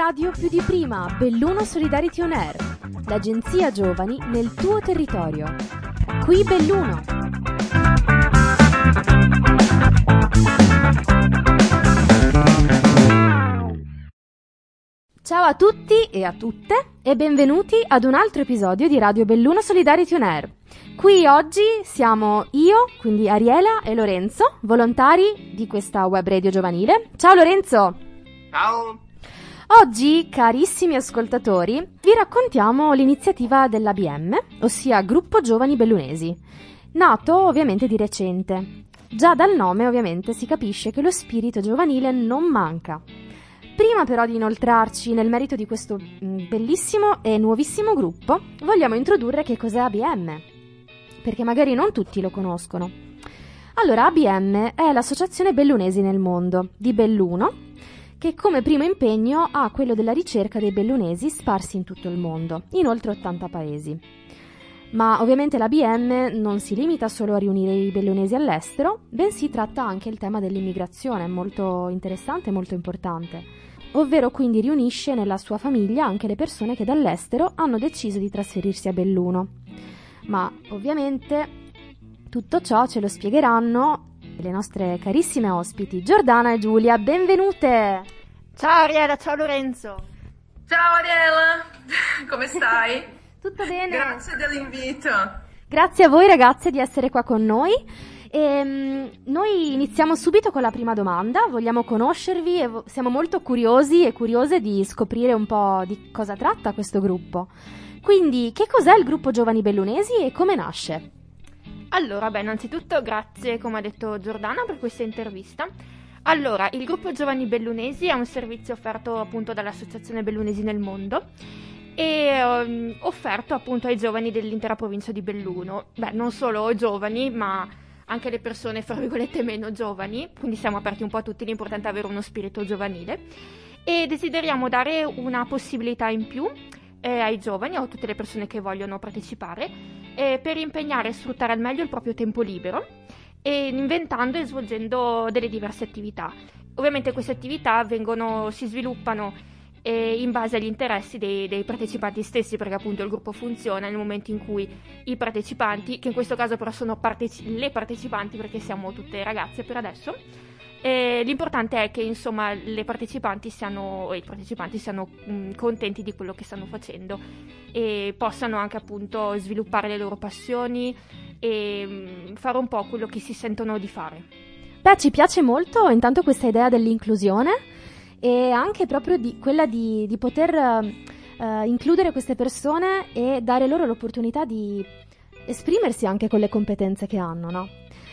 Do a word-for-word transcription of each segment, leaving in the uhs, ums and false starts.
radio più di prima, Belluno Solidarity On Air, l'agenzia giovani nel tuo territorio. Qui Belluno. Ciao a tutti e a tutte e benvenuti ad un altro episodio di Radio Belluno Solidarity On Air. Qui oggi siamo io, quindi Ariela e Lorenzo, volontari di questa web radio giovanile. Ciao Lorenzo! Ciao! Oggi, carissimi ascoltatori, vi raccontiamo l'iniziativa dell'A B M, ossia Gruppo Giovani Bellunesi, nato ovviamente di recente. Già dal nome ovviamente si capisce che lo spirito giovanile non manca. Prima però di inoltrarci nel merito di questo bellissimo e nuovissimo gruppo, vogliamo introdurre che cos'è A B M, perché magari non tutti lo conoscono. Allora, A B M è l'Associazione Bellunesi nel Mondo, di Belluno, che come primo impegno ha quello della ricerca dei bellunesi sparsi in tutto il mondo, in oltre ottanta paesi. Ma ovviamente l'A B M non si limita solo a riunire i bellunesi all'estero, bensì tratta anche il tema dell'immigrazione, molto interessante e molto importante, ovvero quindi riunisce nella sua famiglia anche le persone che dall'estero hanno deciso di trasferirsi a Belluno. Ma ovviamente tutto ciò ce lo spiegheranno le nostre carissime ospiti Giordana e Giulia. Benvenute! Ciao Ariela, ciao Lorenzo! Ciao Ariela, come stai? Tutto bene? Grazie dell'invito. Grazie a voi ragazze di essere qua con noi. E, um, noi iniziamo subito con la prima domanda. Vogliamo conoscervi e vo- siamo molto curiosi e curiose di scoprire un po' di cosa tratta questo gruppo. Quindi, che cos'è il gruppo Giovani Bellunesi e come nasce? Allora, beh, innanzitutto grazie, come ha detto Giordana, per questa intervista. Allora, il gruppo Giovani Bellunesi è un servizio offerto appunto dall'Associazione Bellunesi nel Mondo e um, offerto appunto ai giovani dell'intera provincia di Belluno. Beh, non solo giovani, ma anche le persone, fra virgolette, meno giovani, quindi siamo aperti un po' a tutti, l'importante è avere uno spirito giovanile e desideriamo dare una possibilità in più eh, ai giovani o a tutte le persone che vogliono partecipare eh, per impegnare e sfruttare al meglio il proprio tempo libero e inventando e svolgendo delle diverse attività. Ovviamente queste attività vengono, si sviluppano eh, in base agli interessi dei, dei partecipanti stessi, perché appunto il gruppo funziona nel momento in cui i partecipanti, che in questo caso però sono parteci- le partecipanti perché siamo tutte ragazze per adesso, eh, l'importante è che insomma le partecipanti siano, i partecipanti siano mh, contenti di quello che stanno facendo e possano anche appunto sviluppare le loro passioni e mh, fare un po' quello che si sentono di fare. Beh, ci piace molto intanto questa idea dell'inclusione e anche proprio di quella di, di poter uh, includere queste persone e dare loro l'opportunità di esprimersi anche con le competenze che hanno, no?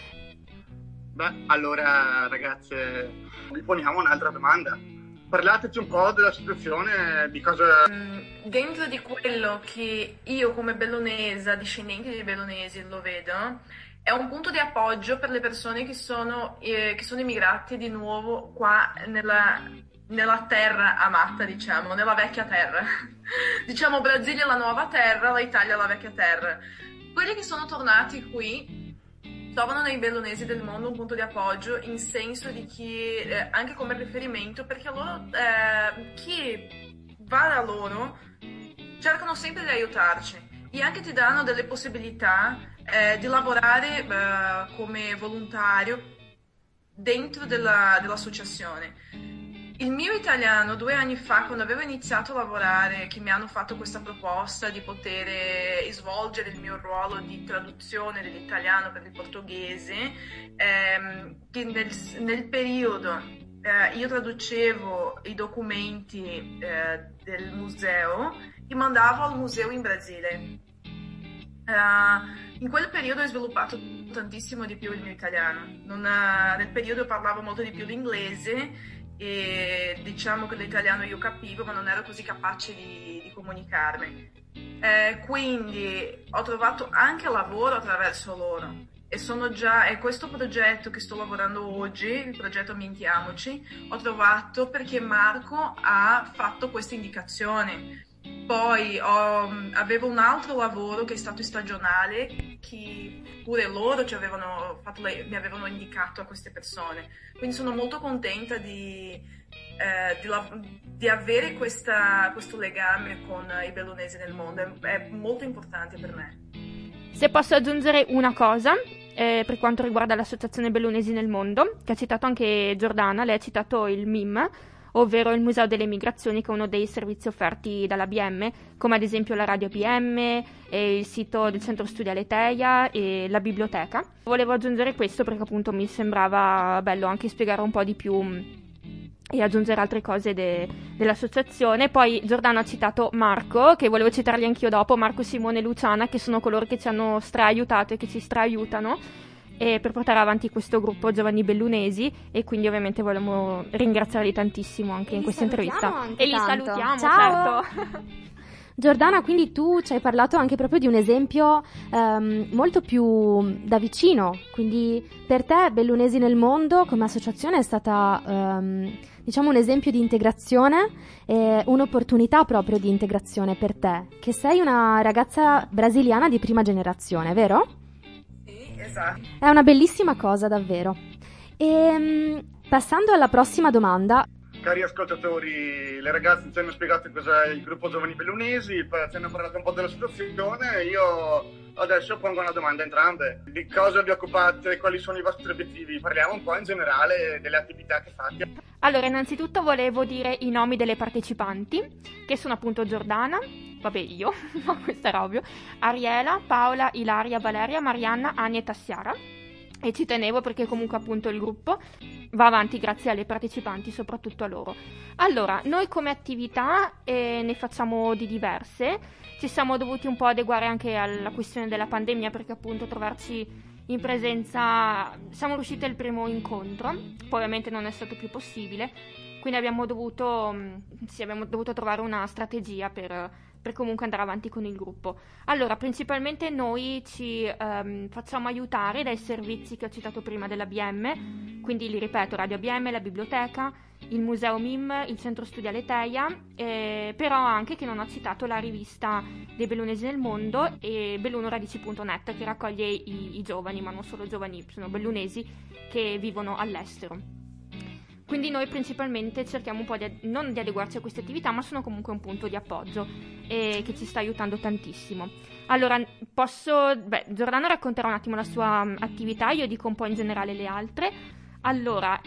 Beh, allora ragazze, vi poniamo un'altra domanda. Parlateci un po' della situazione, di cosa... Dentro di quello che io come bellunesa, discendente di bellunesi, lo vedo, è un punto di appoggio per le persone che sono, eh, che sono immigrate di nuovo qua nella, nella terra amata, diciamo, nella vecchia terra. Diciamo Brasile è la nuova terra, l'Italia è la vecchia terra. Quelli che sono tornati qui trovano nei bellunesi del mondo un punto di appoggio in senso di chi, eh, anche come riferimento, perché loro, eh, chi va da loro cercano sempre di aiutarci e anche ti danno delle possibilità eh, di lavorare eh, come volontario dentro della, dell'associazione. Il mio italiano, due anni fa, quando avevo iniziato a lavorare, che mi hanno fatto questa proposta di poter svolgere il mio ruolo di traduzione dell'italiano per il portoghese, ehm, che nel, nel periodo eh, io traducevo i documenti eh, del museo e mandavo al museo in Brasile. Uh, in quel periodo ho sviluppato tantissimo di più il mio italiano. Non, uh, nel periodo parlavo molto di più l'inglese e diciamo che l'italiano io capivo, ma non ero così capace di, di comunicarmi. Eh, quindi ho trovato anche lavoro attraverso loro e sono già, e questo progetto che sto lavorando oggi, il progetto Ambientiamoci, ho trovato perché Marco ha fatto questa indicazione. Poi ho, avevo un altro lavoro che è stato stagionale, che pure loro ci avevano fatto, mi avevano indicato a queste persone. Quindi sono molto contenta di, eh, di, la, di avere questa, questo legame con i bellunesi nel mondo è, è molto importante per me. Se posso aggiungere una cosa, eh, per quanto riguarda l'Associazione Bellunesi nel Mondo, che ha citato anche Giordana, lei ha citato il M I M, ovvero il Museo delle Migrazioni, che è uno dei servizi offerti dalla B M, come ad esempio la radio B M, e il sito del Centro Studi Aleteia e la biblioteca. Volevo aggiungere questo perché appunto mi sembrava bello anche spiegare un po' di più e aggiungere altre cose de- dell'associazione. Poi Giordano ha citato Marco, che volevo citarli anch'io dopo, Marco, Simone e Luciana, che sono coloro che ci hanno straaiutato e che ci straaiutano e per portare avanti questo gruppo Giovani Bellunesi, e quindi ovviamente vogliamo ringraziarli tantissimo anche e in questa intervista. E li tanto. salutiamo, Ciao. certo. Giordana, quindi tu ci hai parlato anche proprio di un esempio um, molto più da vicino, quindi per te Bellunesi nel Mondo come associazione è stata um, diciamo un esempio di integrazione e un'opportunità proprio di integrazione per te, che sei una ragazza brasiliana di prima generazione, vero? Esatto. È una bellissima cosa, davvero. E passando alla prossima domanda. Cari ascoltatori, le ragazze ci hanno spiegato cos'è il gruppo Giovani Bellunesi, poi ci hanno parlato un po' della situazione. Io adesso pongo una domanda a entrambe. Di cosa vi occupate? Quali sono i vostri obiettivi? Parliamo un po' in generale delle attività che fate. Allora, innanzitutto volevo dire i nomi delle partecipanti, che sono appunto Giordana, vabbè io, ma questo era ovvio, Ariela, Paola, Ilaria, Valeria, Marianna, Ania e Tassiara. E ci tenevo perché comunque appunto il gruppo va avanti grazie alle partecipanti, soprattutto a loro. Allora, noi come attività eh, ne facciamo di diverse. Ci siamo dovuti un po' adeguare anche alla questione della pandemia, perché appunto trovarci in presenza, siamo riusciti al primo incontro, poi ovviamente non è stato più possibile, quindi abbiamo dovuto, sì, abbiamo dovuto trovare una strategia per, per comunque andare avanti con il gruppo. Allora, principalmente noi ci um, facciamo aiutare dai servizi che ho citato prima della B M, quindi li ripeto, Radio B M, la biblioteca, il Museo M I M, il Centro Studi Aleteia, eh, però anche, che non ho citato, la rivista dei Bellunesi nel Mondo e bellunoradici punto net, che raccoglie i, i giovani, ma non solo giovani, sono bellunesi che vivono all'estero. Quindi noi principalmente cerchiamo un po' di, non di adeguarci a queste attività, ma sono comunque un punto di appoggio e che ci sta aiutando tantissimo. Allora, posso... Beh, Giordano racconterà un attimo la sua um, attività, io dico un po' in generale le altre. Allora,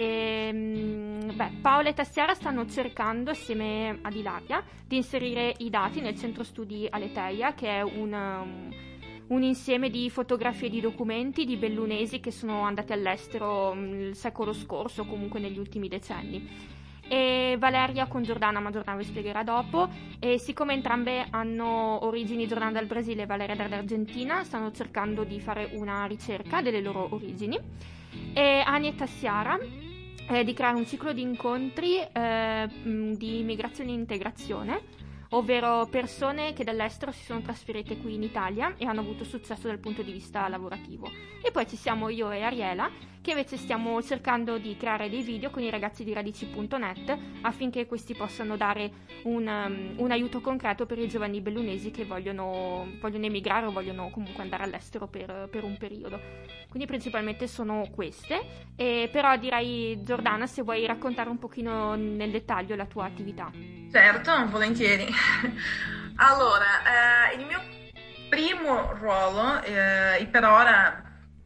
ehm, beh, Paola e Tassiara stanno cercando, assieme ad Ilaria, di inserire i dati nel Centro Studi Aleteia, che è un... Um, un insieme di fotografie e di documenti di bellunesi che sono andati all'estero il secolo scorso o comunque negli ultimi decenni. E Valeria con Giordana, ma Giordana vi spiegherà dopo, e siccome entrambe hanno origini, Giordana dal Brasile e Valeria dall'Argentina, stanno cercando di fare una ricerca delle loro origini. E Ania e Tassiara eh, di creare un ciclo di incontri eh, di immigrazione e integrazione, ovvero persone che dall'estero si sono trasferite qui in Italia e hanno avuto successo dal punto di vista lavorativo. E poi ci siamo io e Ariela, che invece stiamo cercando di creare dei video con i ragazzi di radici punto net affinché questi possano dare un, um, un aiuto concreto per i giovani bellunesi che vogliono, vogliono emigrare o vogliono comunque andare all'estero per, per un periodo. Quindi principalmente sono queste, e però direi, Giordana, se vuoi raccontare un pochino nel dettaglio la tua attività. Certo, volentieri. Allora, eh, il mio primo ruolo, eh, per ora,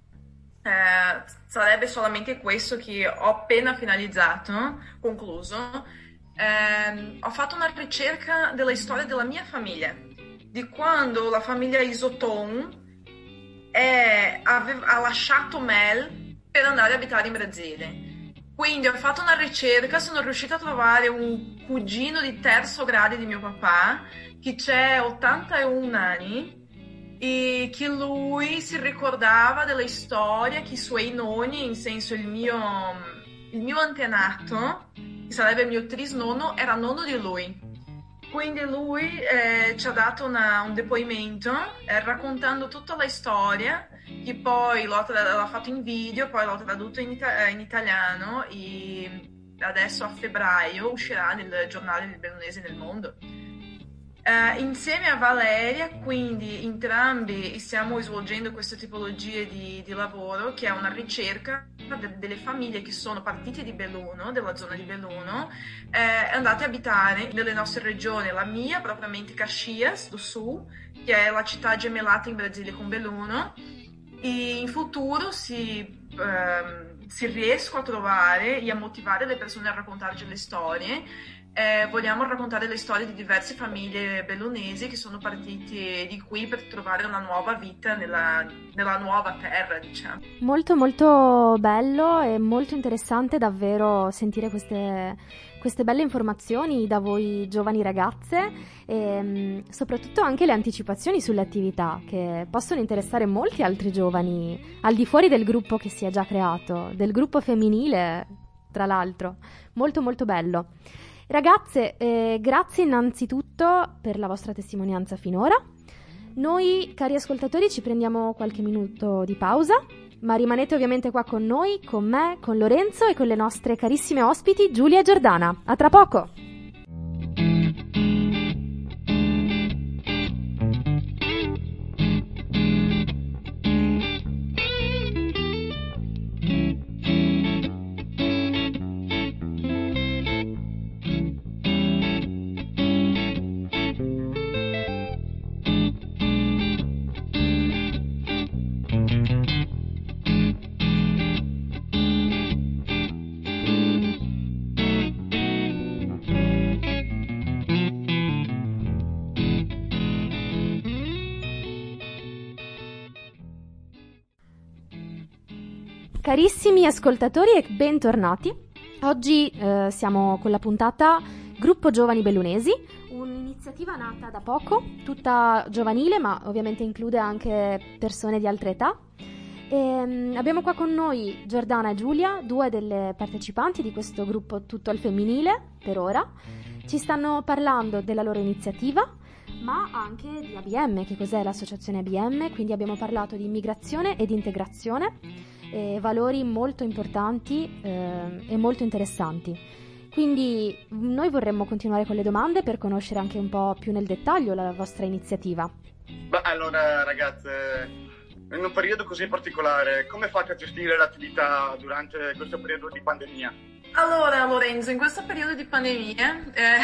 eh, sarebbe solamente questo che ho appena finalizzato, concluso. Eh, ho fatto una ricerca della storia della mia famiglia, di quando la famiglia Isoton è, aveva, ha lasciato Mel per andare a abitare in Brasile. Quindi ho fatto una ricerca, sono riuscita a trovare un cugino di terzo grado di mio papà, che c'è ottantuno anni, e che lui si ricordava della storia che i suoi nonni, in senso il mio, il mio antenato, che sarebbe il mio trisnonno, era nonno di lui. Quindi lui eh, ci ha dato una, un depoimento eh, raccontando tutta la storia, che poi l'ho, l'ho fatto in video, poi l'ho tradotto in, ita- in italiano e adesso a febbraio uscirà nel giornale del Bellunesi nel Mondo. Uh, insieme a Valeria, quindi entrambi stiamo svolgendo queste tipologie di, di lavoro, che è una ricerca de- delle famiglie che sono partite di Belluno, della zona di Belluno, eh, andate a abitare nelle nostre regioni, la mia propriamente Caxias do Sul, che è la città gemellata in Brasile con Belluno, e in futuro si, ehm, si riesco a trovare e a motivare le persone a raccontarci le storie. Eh, vogliamo raccontare le storie di diverse famiglie bellunesi che sono partiti di qui per trovare una nuova vita nella, nella nuova terra, diciamo. Molto molto bello e molto interessante davvero sentire queste, queste belle informazioni da voi giovani ragazze e mh, soprattutto anche le anticipazioni sulle attività che possono interessare molti altri giovani al di fuori del gruppo che si è già creato, del gruppo femminile tra l'altro. Molto molto bello. Ragazze, eh, grazie innanzitutto per la vostra testimonianza finora. Noi, cari ascoltatori, ci prendiamo qualche minuto di pausa, ma rimanete ovviamente qua con noi, con me, con Lorenzo e con le nostre carissime ospiti Giulia e Giordana. A tra poco! Carissimi ascoltatori e bentornati. Oggi eh, siamo con la puntata Gruppo Giovani Bellunesi, un'iniziativa nata da poco, tutta giovanile, ma ovviamente include anche persone di altre età. E, um, abbiamo qua con noi Giordana e Giulia, due delle partecipanti di questo gruppo tutto al femminile, per ora. Ci stanno parlando della loro iniziativa, ma anche di A B M, che cos'è l'associazione A B M, quindi abbiamo parlato di immigrazione ed integrazione, eh, valori molto importanti eh, e molto interessanti. Quindi noi vorremmo continuare con le domande per conoscere anche un po' più nel dettaglio la vostra iniziativa. Beh, allora ragazze, in un periodo così particolare, come fate a gestire l'attività durante questo periodo di pandemia? Allora Lorenzo, in questo periodo di pandemia eh,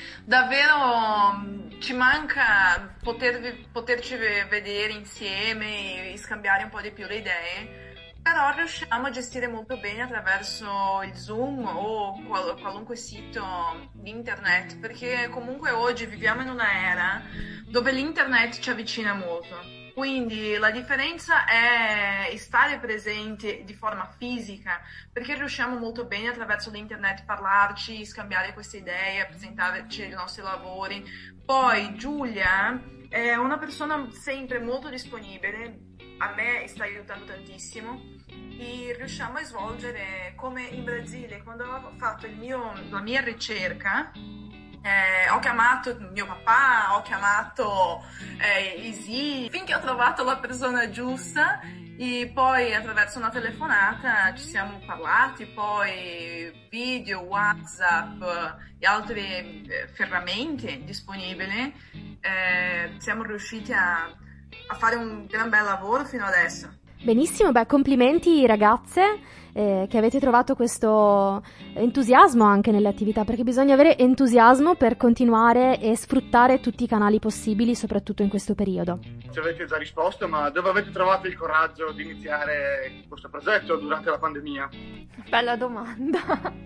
davvero ci manca potervi, poterci vedere insieme e scambiare un po' di più le idee, però riusciamo a gestire molto bene attraverso il Zoom o qual- qualunque sito di internet, perché comunque oggi viviamo in una era dove l'internet ci avvicina molto. Quindi la differenza è stare presenti di forma fisica, perché riusciamo molto bene attraverso l'internet a parlarci, scambiare queste idee, a presentarci i nostri lavori. Poi Giulia è una persona sempre molto disponibile, a me sta aiutando tantissimo e riusciamo a svolgere come in Brasile, quando ho fatto il mio, la mia ricerca. Eh, ho chiamato mio papà, ho chiamato eh, i zii, finché ho trovato la persona giusta e poi attraverso una telefonata ci siamo parlati, poi video, WhatsApp e altre eh, ferramenze disponibili, eh, siamo riusciti a, a fare un gran bel lavoro fino adesso. Benissimo, beh, complimenti ragazze eh, che avete trovato questo entusiasmo anche nelle attività, perché bisogna avere entusiasmo per continuare e sfruttare tutti i canali possibili, soprattutto in questo periodo. Ci avete già risposto, ma dove avete trovato il coraggio di iniziare questo progetto durante la pandemia? Bella domanda.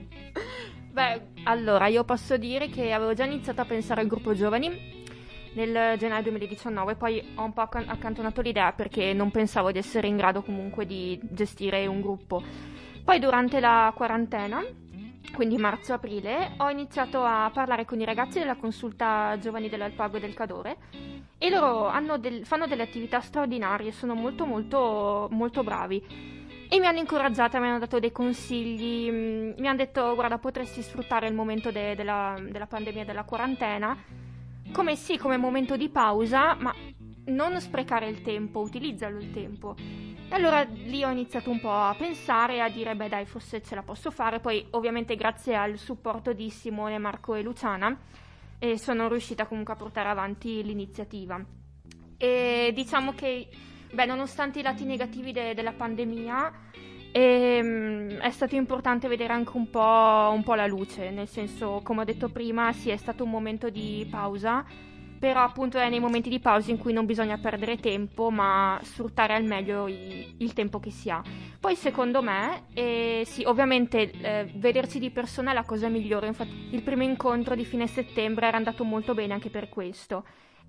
Beh, allora io posso dire che avevo già iniziato a pensare al gruppo giovani nel gennaio duemiladiciannove, poi ho un po' accantonato l'idea perché non pensavo di essere in grado comunque di gestire un gruppo. Poi durante la quarantena, quindi marzo-aprile, ho iniziato a parlare con i ragazzi della consulta giovani dell'Alpago e del Cadore e loro hanno del, fanno delle attività straordinarie, sono molto molto molto bravi e mi hanno incoraggiata, mi hanno dato dei consigli, mi hanno detto guarda, potresti sfruttare il momento de, della, della pandemia e della quarantena come sì, come momento di pausa, ma non sprecare il tempo, utilizzalo il tempo. E allora lì ho iniziato un po' a pensare e a dire beh dai, forse ce la posso fare. Poi ovviamente grazie al supporto di Simone, Marco e Luciana e sono riuscita comunque a portare avanti l'iniziativa. E diciamo che, beh, nonostante i lati negativi de- della pandemia, ehm, è stato importante vedere anche un po', un po' la luce, nel senso, come ho detto prima, sì, è stato un momento di pausa, però appunto è nei momenti di pausa in cui non bisogna perdere tempo, ma sfruttare al meglio i- il tempo che si ha. Poi secondo me, eh, sì, ovviamente eh, vedersi di persona è la cosa migliore, infatti il primo incontro di fine settembre era andato molto bene anche per questo.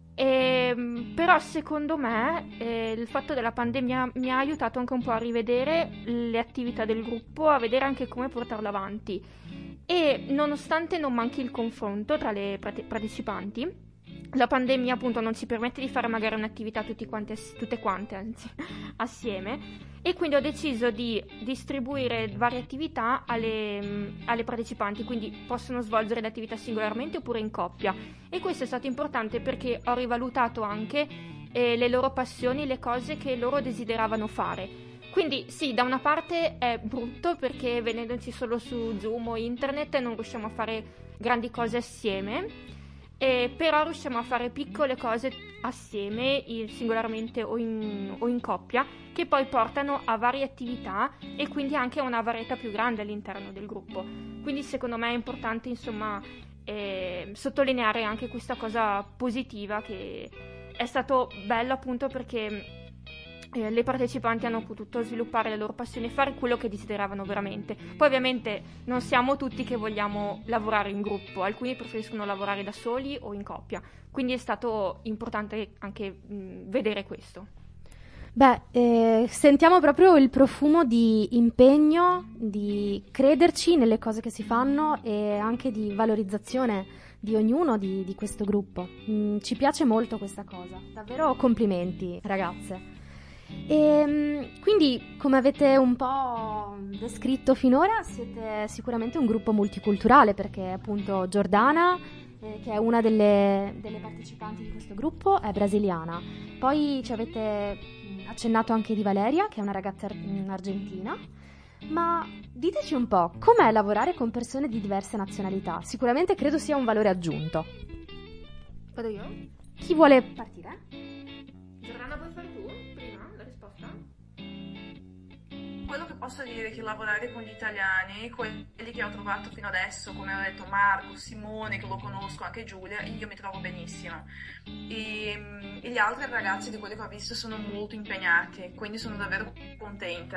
E, però secondo me eh, il fatto della pandemia mi ha aiutato anche un po' a rivedere le attività del gruppo, a vedere anche come portarlo avanti, e nonostante non manchi il confronto tra le prate- partecipanti, la pandemia appunto non ci permette di fare magari un'attività tutti quanti ass- tutte quante anzi assieme, e quindi ho deciso di distribuire varie attività alle, alle partecipanti, quindi possono svolgere le attività singolarmente oppure in coppia, e questo è stato importante perché ho rivalutato anche eh, le loro passioni, le cose che loro desideravano fare. Quindi sì, da una parte è brutto perché vedendoci solo su Zoom o internet non riusciamo a fare grandi cose assieme, eh, però riusciamo a fare piccole cose assieme, in- singolarmente o in, o in coppia, che poi portano a varie attività e quindi anche a una varietà più grande all'interno del gruppo. Quindi secondo me è importante, insomma, eh, sottolineare anche questa cosa positiva, che è stato bello appunto perché eh, le partecipanti hanno potuto sviluppare le loro passioni e fare quello che desideravano veramente. Poi ovviamente non siamo tutti che vogliamo lavorare in gruppo, alcuni preferiscono lavorare da soli o in coppia, quindi è stato importante anche mh, vedere questo. Beh, eh, sentiamo proprio il profumo di impegno, di crederci nelle cose che si fanno e anche di valorizzazione di ognuno di, di questo gruppo. Mm, ci piace molto questa cosa, davvero complimenti ragazze. E, quindi, come avete un po' descritto finora, siete sicuramente un gruppo multiculturale, perché appunto Giordana, eh, che è una delle, delle partecipanti di questo gruppo, è brasiliana. Poi ci avete accennato anche di Valeria, che è una ragazza ar- argentina. Ma diteci un po', com'è lavorare con persone di diverse nazionalità? Sicuramente credo sia un valore aggiunto. Vado io? Chi vuole partire? Giordana, vuoi fare tu prima la risposta? Quello che posso dire è che lavorare con gli italiani, quelli che ho trovato fino adesso, come ho detto Marco, Simone, che lo conosco, anche Giulia, io mi trovo benissimo. E, e gli altri ragazzi di quelli che ho visto sono molto impegnati, quindi sono davvero contenta.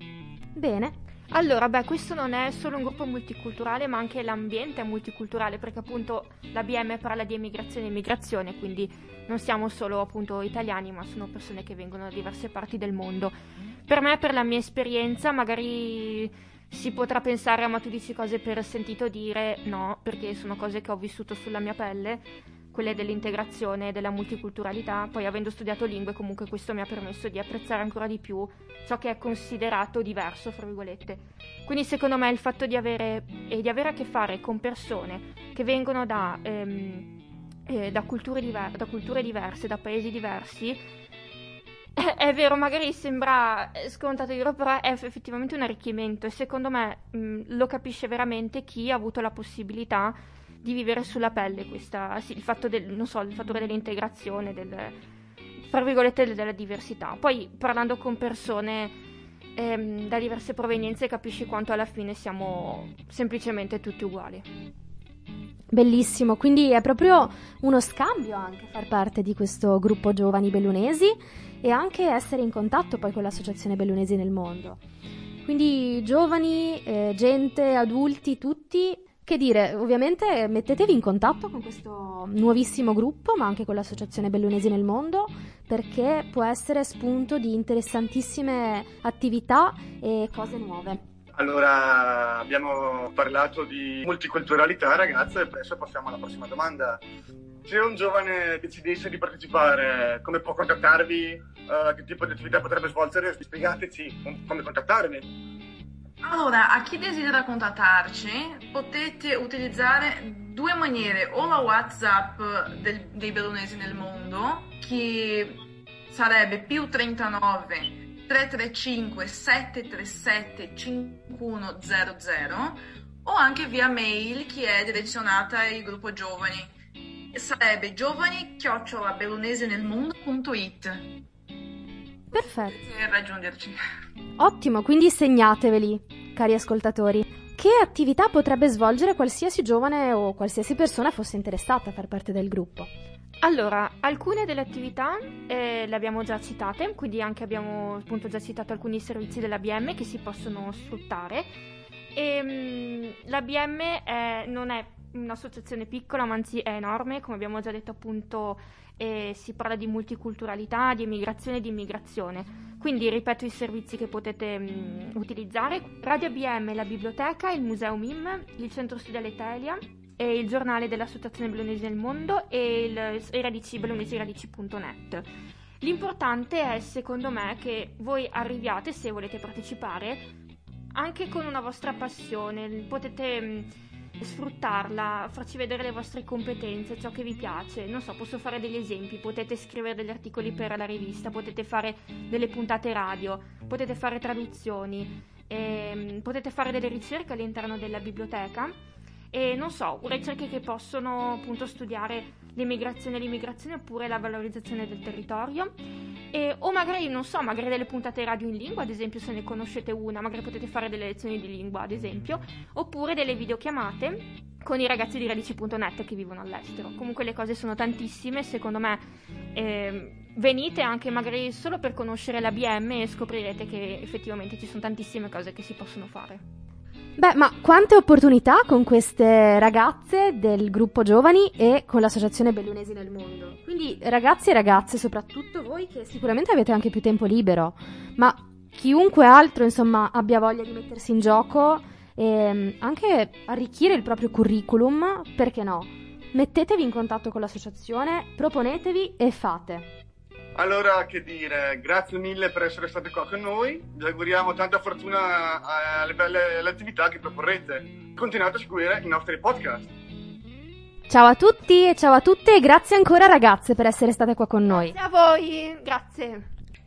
Bene. Allora, beh, questo non è solo un gruppo multiculturale, ma anche l'ambiente è multiculturale, perché appunto la B M parla di emigrazione e immigrazione, quindi non siamo solo appunto italiani, ma sono persone che vengono da diverse parti del mondo. Per me, per la mia esperienza, magari si potrà pensare, ah, ma tu dici cose per sentito dire, no, perché sono cose che ho vissuto sulla mia pelle, quelle dell'integrazione e della multiculturalità. Poi, avendo studiato lingue, comunque questo mi ha permesso di apprezzare ancora di più ciò che è considerato diverso, fra virgolette. Quindi secondo me il fatto di avere, eh, di avere a che fare con persone che vengono da, ehm, eh, da, culture diver- da culture diverse, da paesi diversi, è, è vero, magari sembra scontato dirlo, però è effettivamente un arricchimento, e secondo me mh, lo capisce veramente chi ha avuto la possibilità di vivere sulla pelle questa, sì, il fatto del, non so, il fattore dell'integrazione, del, fra virgolette, della diversità. Poi parlando con persone ehm, da diverse provenienze capisci quanto alla fine siamo semplicemente tutti uguali. Bellissimo, quindi è proprio uno scambio anche far parte di questo gruppo Giovani Bellunesi e anche essere in contatto poi con l'associazione Bellunesi nel mondo. Quindi giovani, eh, gente, adulti, tutti. Che dire, ovviamente mettetevi in contatto con questo nuovissimo gruppo, ma anche con l'associazione Bellunesi nel mondo, perché può essere spunto di interessantissime attività e cose nuove. Allora, abbiamo parlato di multiculturalità, ragazze, e adesso passiamo alla prossima domanda. Se un giovane decidesse di partecipare, come può contattarvi? Uh, che tipo di attività potrebbe svolgere? Spiegateci come contattarvi. Allora, a chi desidera contattarci potete utilizzare due maniere, o la WhatsApp del, dei Bellunesi nel mondo, che sarebbe più trentanove tre tre cinque sette tre sette cinque uno zero zero, o anche via mail, che è direzionata al gruppo giovani, sarebbe giovani chiocciola bellunese nel mondo punto it. Perfetto. Per raggiungerci. Ottimo, quindi segnateveli, cari ascoltatori. Che attività potrebbe svolgere qualsiasi giovane o qualsiasi persona fosse interessata a far parte del gruppo? Allora, alcune delle attività eh, le abbiamo già citate, quindi anche abbiamo appunto già citato alcuni servizi dell'A B M che si possono sfruttare. E, mh, l'A B M è, non è un'associazione piccola, ma anzi è enorme, come abbiamo già detto appunto eh, si parla di multiculturalità, di emigrazione e di immigrazione. Quindi ripeto i servizi che potete mh, utilizzare: Radio A B M, la biblioteca, il museo M I M, il centro studiale Telia, e il giornale dell'Associazione Bellunesi nel Mondo e il, i radici bellunesi radici punto net. L'importante è, secondo me, che voi arriviate, se volete partecipare, anche con una vostra passione. Potete mh, sfruttarla, farci vedere le vostre competenze, ciò che vi piace. Non so, posso fare degli esempi: potete scrivere degli articoli per la rivista, potete fare delle puntate radio, potete fare traduzioni, ehm, potete fare delle ricerche all'interno della biblioteca. E non so, ricerche che possono appunto studiare l'immigrazione e l'immigrazione oppure la valorizzazione del territorio, e, o magari, non so, magari delle puntate radio in lingua, ad esempio, se ne conoscete una, magari potete fare delle lezioni di lingua, ad esempio, oppure delle videochiamate con i ragazzi di radici punto net che vivono all'estero. Comunque le cose sono tantissime, secondo me eh, venite anche magari solo per conoscere l'A B M e scoprirete che effettivamente ci sono tantissime cose che si possono fare. Beh, ma quante opportunità con queste ragazze del gruppo giovani e con l'associazione Bellunesi nel Mondo. Quindi ragazzi e ragazze, soprattutto voi che sicuramente avete anche più tempo libero, ma chiunque altro insomma abbia voglia di mettersi in gioco e anche arricchire il proprio curriculum, perché no? Mettetevi in contatto con l'associazione, proponetevi e fate. Allora, che dire, grazie mille per essere state qua con noi, vi auguriamo tanta fortuna alle belle alle attività che proporrete. Continuate a seguire i nostri podcast. Ciao a tutti e ciao a tutte e grazie ancora ragazze per essere state qua con noi. Grazie a voi, grazie.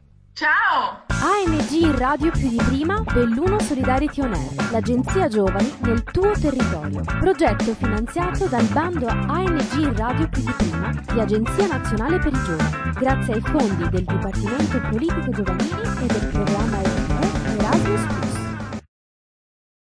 Ciao! A M G Radio Più di Prima, Belluno Solidarity On Air, l'agenzia giovani nel tuo territorio. Progetto finanziato dal bando A M G Radio Più di Prima di Agenzia Nazionale per i Giovani, grazie ai fondi del Dipartimento Politiche Giovanili e del programma Erasmus.